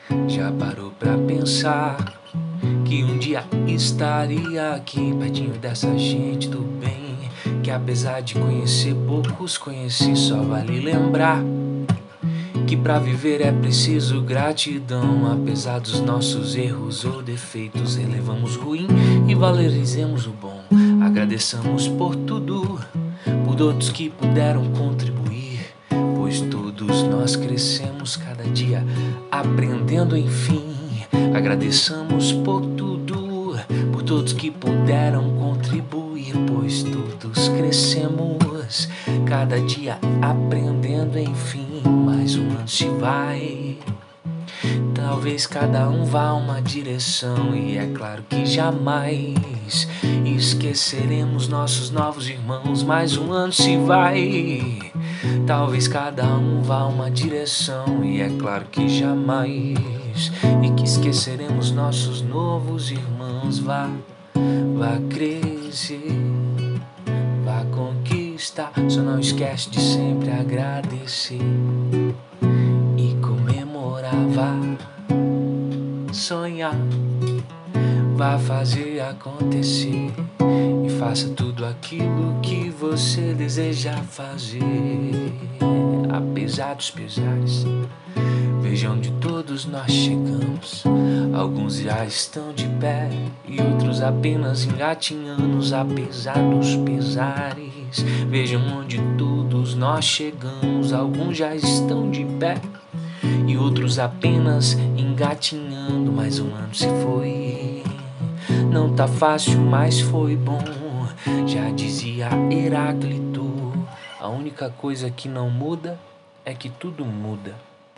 Já parou pra pensar que um dia estaria aqui pertinho dessa gente do bem, que apesar de conhecer poucos, conheci, só vale lembrar que pra viver é preciso gratidão. Apesar dos nossos erros ou defeitos, relevamos o ruim e valorizemos o bom. Agradeçamos por tudo, por outros que puderam contribuir, pois todos nós crescemos cada dia aprendendo enfim. Agradeçamos por tudo, por todos que puderam contribuir, pois todos crescemos cada dia aprendendo enfim. Mais um ano se vai, talvez cada um vá a uma direção, e é claro que jamais esqueceremos nossos novos irmãos. Mais um ano se vai, talvez cada um vá a uma direção, e é claro que jamais esqueceremos nossos novos irmãos. Vá crescer, vá conquistar, só não esquece de sempre agradecer e comemorar. Vá sonhar, vá fazer acontecer e faça tudo aquilo que você deseja fazer. Apesar dos pesares, veja onde todos nós chegamos. Alguns já estão de pé e outros apenas engatinhando. Apesar dos pesares, vejam onde todos nós chegamos. Alguns já estão de pé e outros apenas engatinhando. Mais um ano se foi, não tá fácil, mas foi bom. Já dizia Heráclito, a única coisa que não muda é que tudo muda.